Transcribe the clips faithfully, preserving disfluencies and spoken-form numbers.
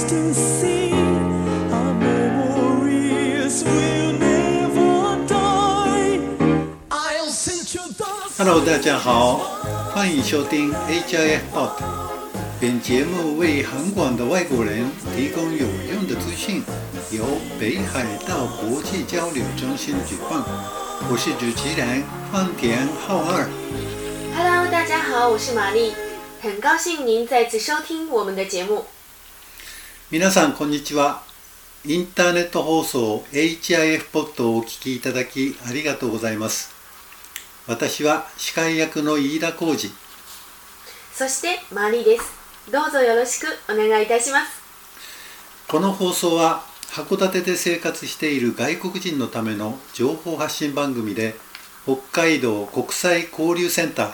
everlasting sea. Our memories will never die. I'll sing you the Hello， 大家好，欢迎收听 H I F Pod。本节目为韩广的外国人提供有用的资讯，由北海道国际交流中心举办。我是主持人范田浩二。 Hello， 大家好，我是玛丽，很高兴您再次收听我们的节目。 皆さんこんにちは。インターネット放送 H I F ポッドをお聞きいただきありがとうございます。私は司会役の飯田浩二。 そしてマリーです。どうぞよろしくお願いいたします。 この放送は函館で生活している外国人のための情報発信番組で、北海道国際交流センター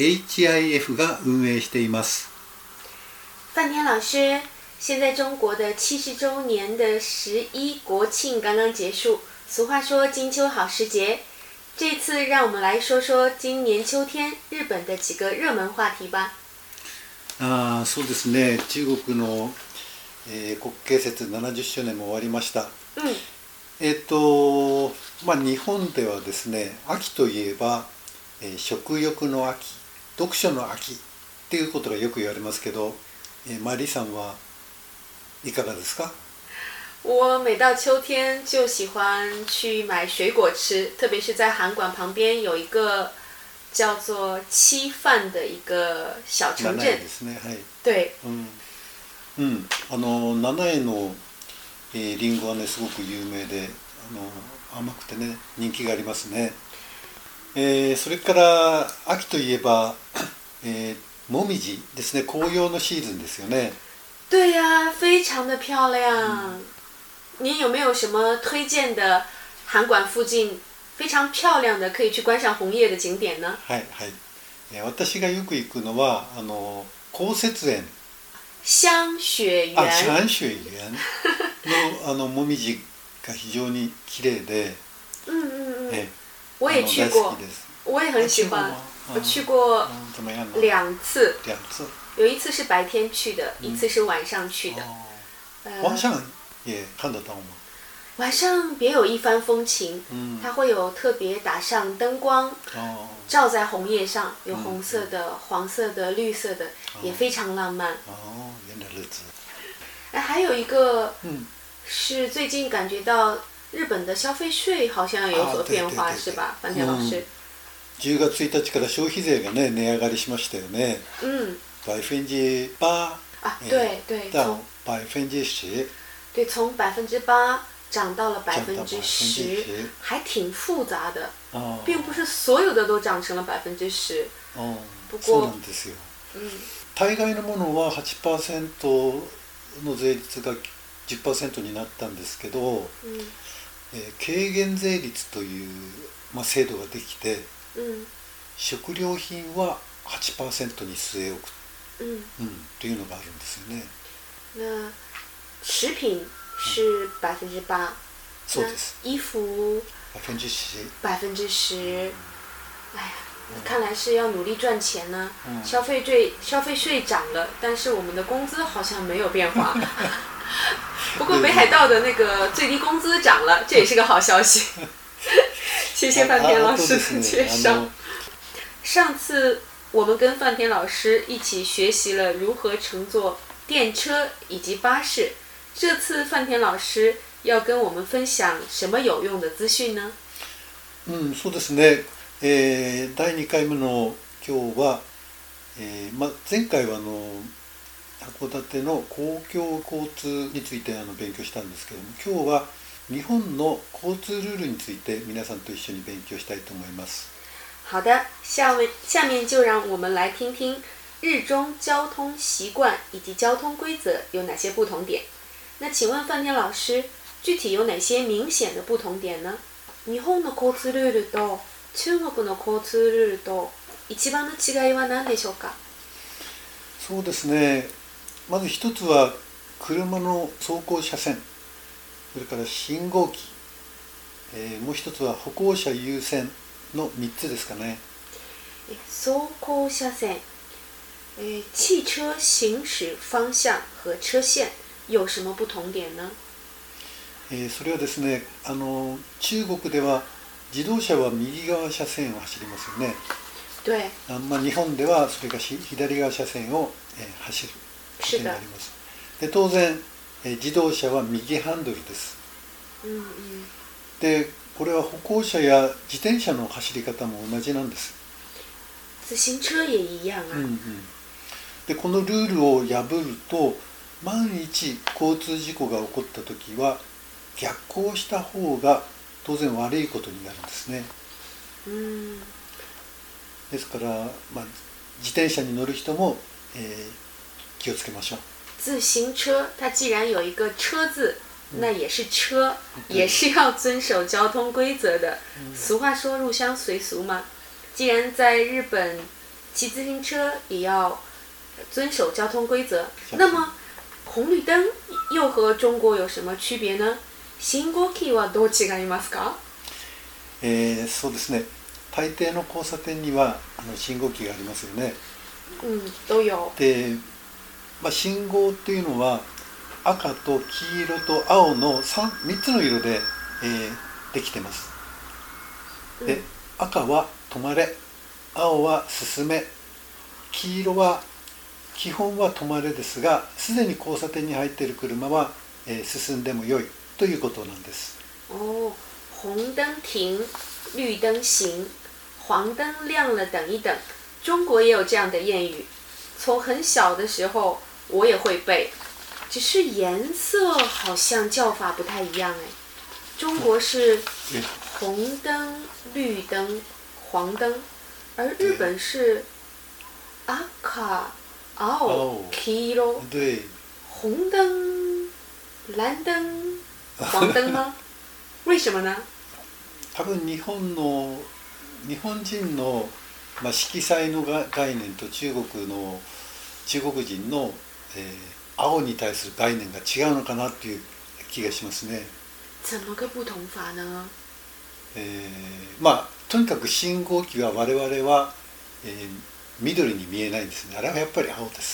H I F が運営しています。 范田老师，现在中国的七十周年的十一国庆刚刚结束，俗话说金秋好时节。这次让我们来说说今年秋天日本的几个热门话题吧。 あそうですね、中国の、えー、国慶節ななじゅっしゅうねんも終わりました。 うん、 えっ、ー、と、まあ、日本ではですね、秋といえば、えー、食欲の秋、読書の秋っていうことがよく言われますけど、えー、マリさんはいかがですか？ 我每到秋天就喜欢去买水果吃，特別是在函館旁邊有一個叫做七飯的一個小城鎮。 七重ですね、はい。 對。 うん、うん、あの七重の、えー、リンゴはねすごく有名で、あの甘くてね人気がありますね。えー、それから秋といえば、えー、もみじですね、紅葉のシーズンですよね。 对呀、啊，非常的漂亮。嗯、您有没有什么推荐的函館附近非常漂亮的可以去观賞紅葉的景點呢？ はいはい。えー、私がよく行くのはあの降雪園。 香雪園。 あ、香雪園のあのもみじが非常に綺麗で。 嗯嗯嗯。 えー、 我也去过。 大好きです。 我也很喜欢。我去过两次。 两次。 有一次是白天去的，嗯、一次是晚上去的。 哦呃、晚上也看得到吗？ 晚上别有一番风情， 嗯、 它会有特别打上灯光， 哦、 照在红叶上，有红色的、嗯、黄色的、绿色的，哦、也非常浪漫。 哦，原来如此。 哎，还有一个， 嗯、 是最近感觉到日本的消费税好像有所变化，是吧，范田老师？ じゅうがつついたちから消費税がね値上がりしましたよね。 嗯。 百分之八。 啊，对对。 到百分之十。 对，从百分之八涨到了百分之十，还挺复杂的， 哦、 并不是所有的都涨成了百分之十。 哦、 不过そうなんですよ。 嗯。 大概のものは はちパーセント の税率が じゅっパーセント になったんですけど、 うんえー、軽減税率という、まあ、制度ができて、 うん、 食料品は はちパーセント に据え置く、 うんうん、というのがあるんですよね。 那食品是百分之八， そうです。 衣服百分之十。 百分之十。哎呀，看来是要努力赚钱呢。 嗯、 消费税消费税涨了，但是我们的工资好像没有变化。不过北海道的那个最低工资涨了，这也是个好消息。谢谢范田老师的介绍。上次我们跟范田老师一起学习了如何乘坐電車以及巴士。这次范田老師要跟我们分享什么有用的资讯呢？ うん、そうですね。えー、だいにかいめの今日は、えーま、前回はあの函館の公共交通についてあの勉強したんですけども、今日は日本の交通ルールについて皆さんと一緒に勉強したいと思います。 好的，下面下面就让我们来听听日中交通习惯以及交通规则有哪些不同点。那请问范田老師、具体有哪些明显的不同点呢？日本の交通ルールと中国の交通ルールと一番の違いは何でしょうか？ そうですね。まず一つは車の走行車線、それから信号機、えー、もう一つは歩行者優先のみっつですかね。 走行車線、えー、汽車行駛方向和車線。 有什么不同点呢？ えーそれはですね、あの中国では自動車は右側車線を走りますよね。 对， あまあ、日本ではそれがし左側車線を、えー走ることになります。で当然、えー自動車は右ハンドルです。 嗯嗯， でこれは歩行者や自転車の走り方も同じなんです。 自行车也一样啊。 うんうん、でこのルールを破ると万一交通事故が起こった時は逆行した方が当然悪いことになるんですね。 嗯， ですから、まあ、自転車に乗る人も、えー気をつけましょう。 自行车它既然有一个车字，那也是车，也是要遵守交通规则的。俗话说入乡随俗嘛，既然在日本骑自行车也要遵守交通规则，那么红绿灯又和中国有什么区别呢？信号機はどう違いますか？ えーそうですね、大抵の交差点にはあの信号機がありますよね。 嗯，都有。 で、まあ、信号っていうのは赤と黄色と青の 3, 3つの色で、えーできてます。で、 うん赤は止まれ、青は進め、黄色は基本は止まれですが、すでに交差点に入っている車は、えー進んでもよいということなんです。 哦，红灯停，绿灯行，黄灯亮了等一等。中国也有这样的谚语，从很小的时候我也会背，只是颜色好像叫法不太一样哎。中国是え红灯、绿灯、黄灯，而日本是赤、青、 青黄色、 で红灯、蓝灯、黄灯吗？为什么呢？ 多分日本の日本人の、まあ、色彩のが概念と中国の中国人の、えー青に対する概念が違うのかなっていう気がしますね。 怎么个不同法呢？ えーまあとにかく信号機は我々は、えー緑に見えないんですね。あれはやっぱり青です。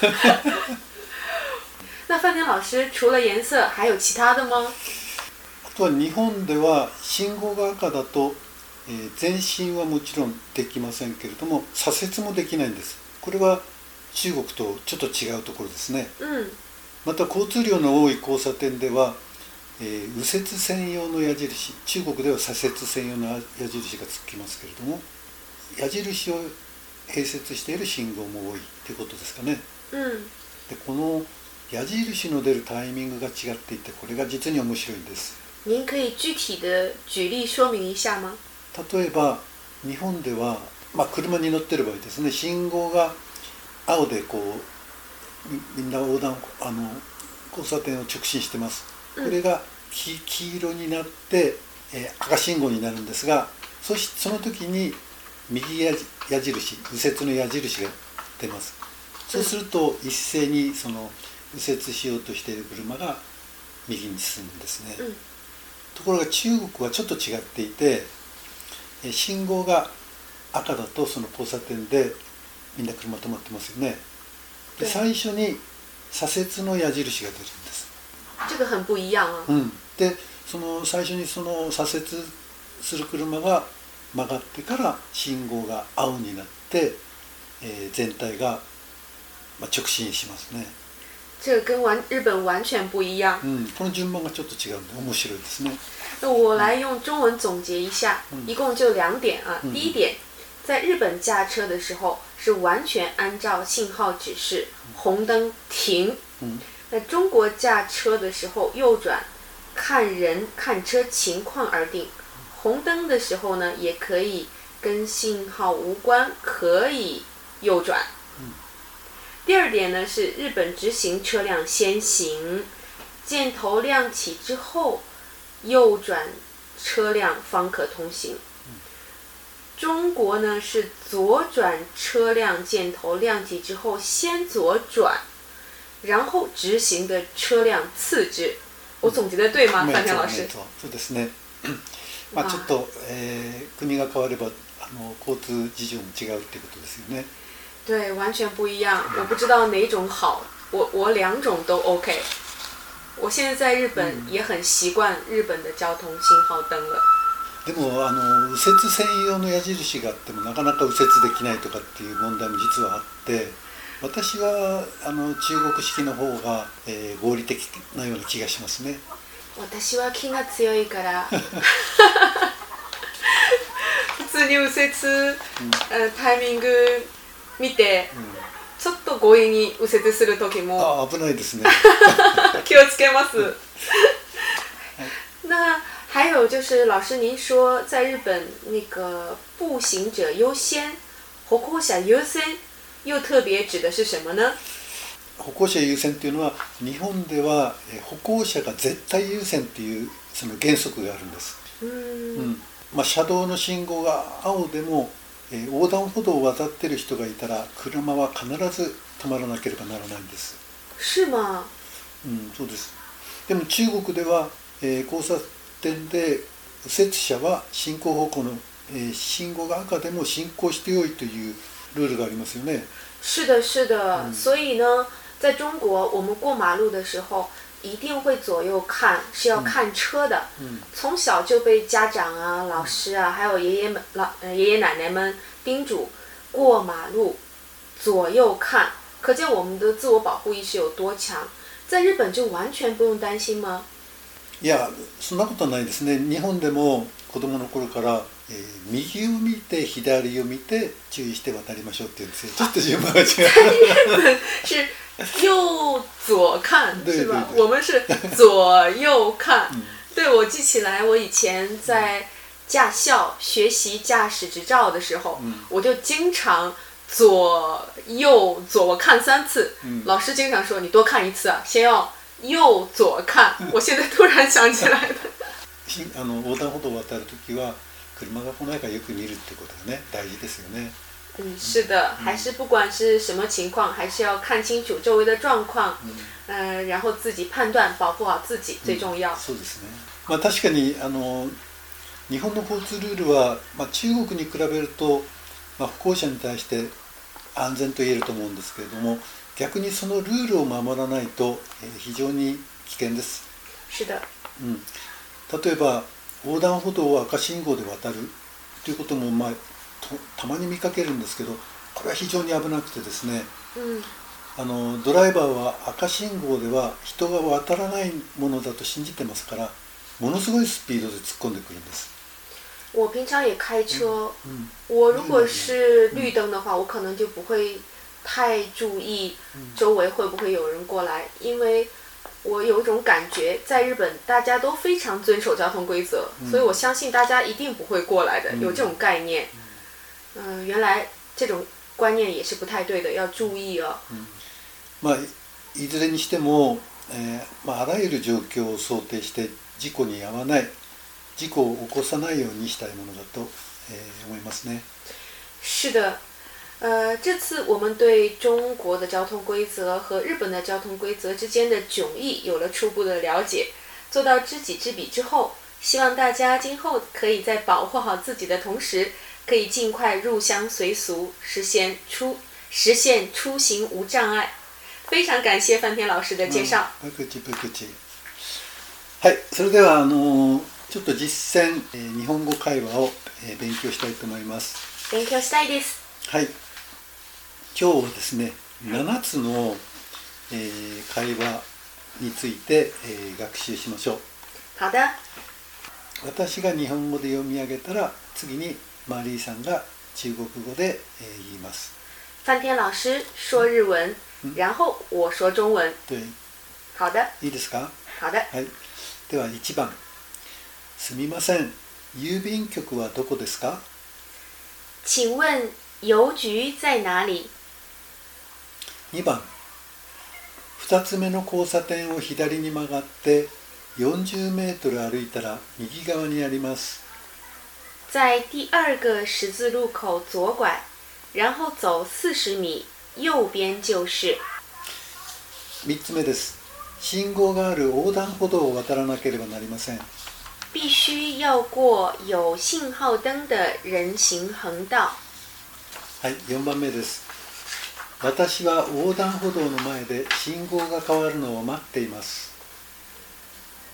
那范天老师除了颜色还有其他的吗？ あとは日本では信号が赤だと、えー前進はもちろんできませんけれども左折もできないんです。これは中国とちょっと違うところですね。 嗯， また交通量の多い交差点では、えー右折専用の矢印、中国では左折専用の矢印がつきますけれども、矢印を併設している信号も多いということですかね。 嗯， でこの矢印の出るタイミングが違っていて、これが実に面白いんです。 您可以具体的举例说明一下吗？ 例えば日本では、まあ、車に乗ってる場合ですね、信号が青でこう み, みんな横断あの交差点を直進してます。これが 黄, 黄色になって、えー赤信号になるんですが、そしその時に右矢矢印、右折の矢印が出ます。そうすると一斉にその右折しようとしている車が右に進むんですね。 うんところが中国はちょっと違っていて、えー信号が赤だとその交差点でみんな車止まってますよね。で最初に左折の矢印が出るんです。 这个很不一样啊。 うん、でその最初にその左折する車が曲がってから信号が青になって、えー全体が、まあ、直進しますね。 这个跟完日本完全不一样。 うん、この順番がちょっと違うんで面白いですね。 那我来用中文总结一下，一共就两点啊。第一点，在日本驾车的时候是完全按照信号指示，红灯停。 嗯那中国驾车的时候右转，看人看车情况而定。红灯的时候呢，也可以跟信号无关，可以右转。第二点呢是日本直行车辆先行，箭头亮起之后，右转车辆方可通行。中国呢是左转车辆箭头亮起之后先左转，然后直行的車辆次之。我总结的对吗？范天老师。 そうですね。まあちょっと、えー国が変わればあの交通事情も違うっていうことですよね。 对，完全不一样。我不知道哪种好，我我两种都 OK。 我现在在日本也很习惯日本的交通信号灯了。 でもあの右折専用の矢印があってもなかなか右折できないとかっていう問題も実はあって、私はあの中国式の方が、えー、合理的なような気がしますね。 私は気が強いから普通に右折、うん、タイミング見て、うん、ちょっと強引に右折する時もあ危ないですね気をつけます那还有就是老师您说在日本那个步行者优先歩行者優先又特別指的是什么呢？ 歩行者優先というのは日本では歩行者が絶対優先というその原則があるんです。うん、うんまあ、車道の信号が青でも、えー、横断歩道を渡っている人がいたら車は必ず止まらなければならないんです。 是吗？ うん、そうです。でも中国では、えー、交差点で右折車は進行方向の、えー、信号が赤でも進行してよいというルールがありますよね。 是的，是的。 嗯、 所以呢，在中国，我们过马路的时候一定会左右看，是要看车的。嗯、从小就被家长啊、老师啊，还有爷爷们、老呃爷爷奶奶们叮嘱过马路左右看，可见我们的自我保护意识有多强。在日本就完全不用担心吗？ いや、そんなことはないですね。日本でも子供の頃から、えー、右を見て左を見て注意して渡りましょうって言うんですよ。ちょっと順番が違う。 是右左看是吧？我们是左右看。对，我记起来，我以前在驾校学习驾驶执照的时候，嗯、我就经常左右左看三次。嗯、老师经常说你多看一次啊，先要右左看。我现在突然想起来的。 あの横断歩道を渡るときは車が来ないからよく見るってことがね大事ですよね。 嗯，是的，还是不管是什么情況，还是要看清楚周围的状況，嗯、呃，然后自己判断，保護好自己最重要。 うん、そうですね。まあ確かにあの日本の交通ルールは、まあ、中国に比べると、まあ、歩行者に対して安全と言えると思うんですけれども、逆にそのルールを守らないと、えー、非常に危険です。 是的。 うん。例えば横断歩道を赤信号で渡るということも、まあ、たまに見かけるんですけど、これは非常に危なくてですね、うん、あのドライバーは赤信号では人が渡らないものだと信じてますから、ものすごいスピードで突っ込んでくるんです。 我平常也开车、嗯嗯、我如果是绿灯的话、嗯、我可能就不会太注意周围会不会有人过来，因为我有一种感觉，在日本大家都非常遵守交通规则、嗯、所以我相信大家一定不会过来的、嗯、有这种概念。嗯、呃，原来这种观念也是不太对的，要注意哦。嗯、 まあいずれにしても、えーまあ、あらゆる状況を想定して事故に遭わない、事故を起こさないようにしたいものだと、えー、思いますね。 是的。呃，这次我们对中国的交通规则和日本的交通规则之间的迥异有了初步的了解，做到知己知彼之后，希望大家今后可以在保护好自己的同时，可以尽快入乡随俗，实现出实现出行无障碍。非常感谢范天老師的介紹。 不口不口。はい、それではあのちょっと実践、えー、日本語会話を、えー、勉強したいと思います。 勉強したいです。 はい。今日はですね、ななつの、えー、会話について、えー、学習しましょう。 好的。 私が日本語で読み上げたら、次にマリーさんが中国語で、えー、言います。 范天老師說日文、然後我說中文。 对。 好的。 いいですか？ 好的。 はい。ではいちばん。すみません。郵便局はどこですか？ 請問郵局在哪里？ にばん。ふたつめの交差点を左に曲がってよんじゅうメートル歩いたら右側にあります。 在第二个十字路口左拐，然后走四十米，右边就是。 みっつめです。信号がある横断歩道を渡らなければなりません。 必須要過有信號燈的人行橫道。 はい、よんばんめです。私は横断歩道の前で信号が変わるのを待っています。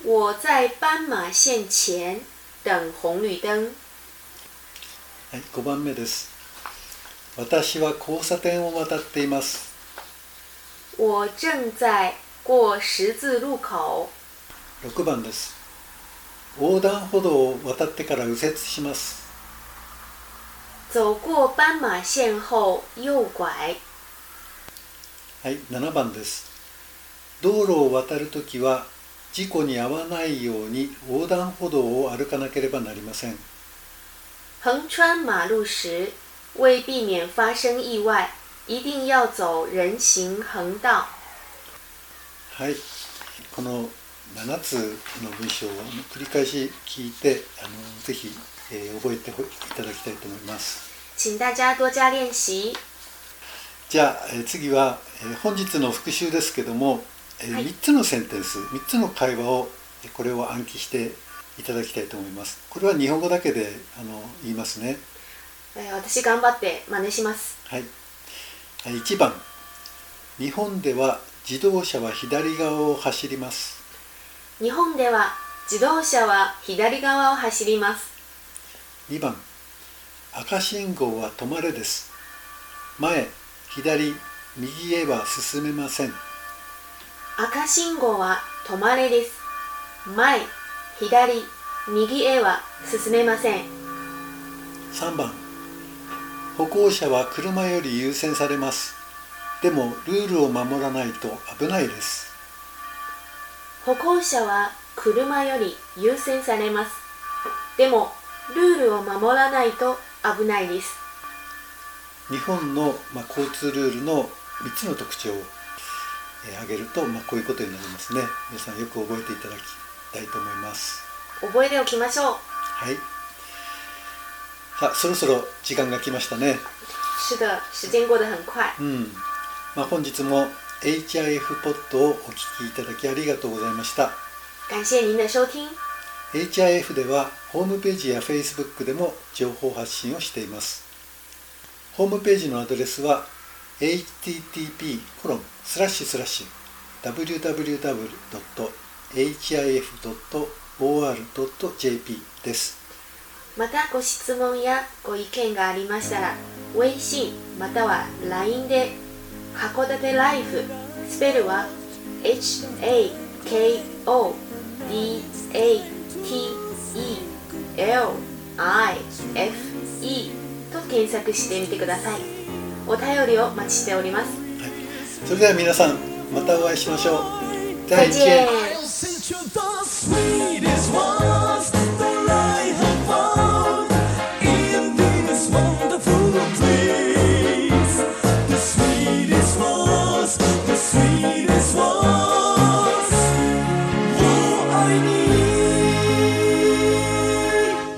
我在斑马線前等紅綠燈。 はい、ごばんめです。私は交差点を渡っています。 我正在過十字路口。 ろくばんです。横断歩道を渡ってから右折します。 走過斑馬線後右拐。 はい、ななばんです。道路を渡るときは事故に遭わないように横断歩道を歩かなければなりません。 橫穿馬路時，為避免發生意外，一定要走人行橫道。 はい、このななつの文章を繰り返し聞いて、あのぜひ、えー、覚えていただきたいと思います。 請大家多加練習。 じゃあ、えー、次は、えー、本日の復習ですけども、えーはい、 みっつのセンテンス、みっつの会話をこれを暗記していただきたいと思います。これは日本語だけであの言いますね。 えー私頑張って真似します。 はい。いちばん、日本では自動車は左側を走ります。 日本では自動車は左側を走ります。 にばん、赤信号は止まれです。前、左、右へは進めません。 赤信号は止まれです。前、左、右へは進めません。 さんばん、歩行者は車より優先されます。でもルールを守らないと危ないです。 歩行者は車より優先されます。でもルールを守らないと危ないです。 日本の、まあ、交通ルールのみっつの特徴を、えー、挙げると、まあ、こういうことになりますね。皆さんよく覚えていただきたいと思います。 覚えておきましょう。 はい。さあ、そろそろ時間が来ましたね。 是的、時間過得很快。 うん。まあ、本日も エイチアイエフ ポッドをお聞きいただきありがとうございました。 感謝您的收聽。 エイチアイエフ ではホームページや Facebook でも情報発信をしています。ホームページのアドレスは エイチティーティーピーコロンスラッシュスラッシュダブリューダブリューダブリュードットエイチアイエフドットオーアールドットジェーピー です。 またご質問やご意見がありましたら、微信または ライン で函館ライフ、スペルは エイチエーケーオーディーエーティーイーエルアイエフイー と検索してみてください。お便りをお待ちしております。 はい、それでは皆さんまたお会いしましょう。 再见。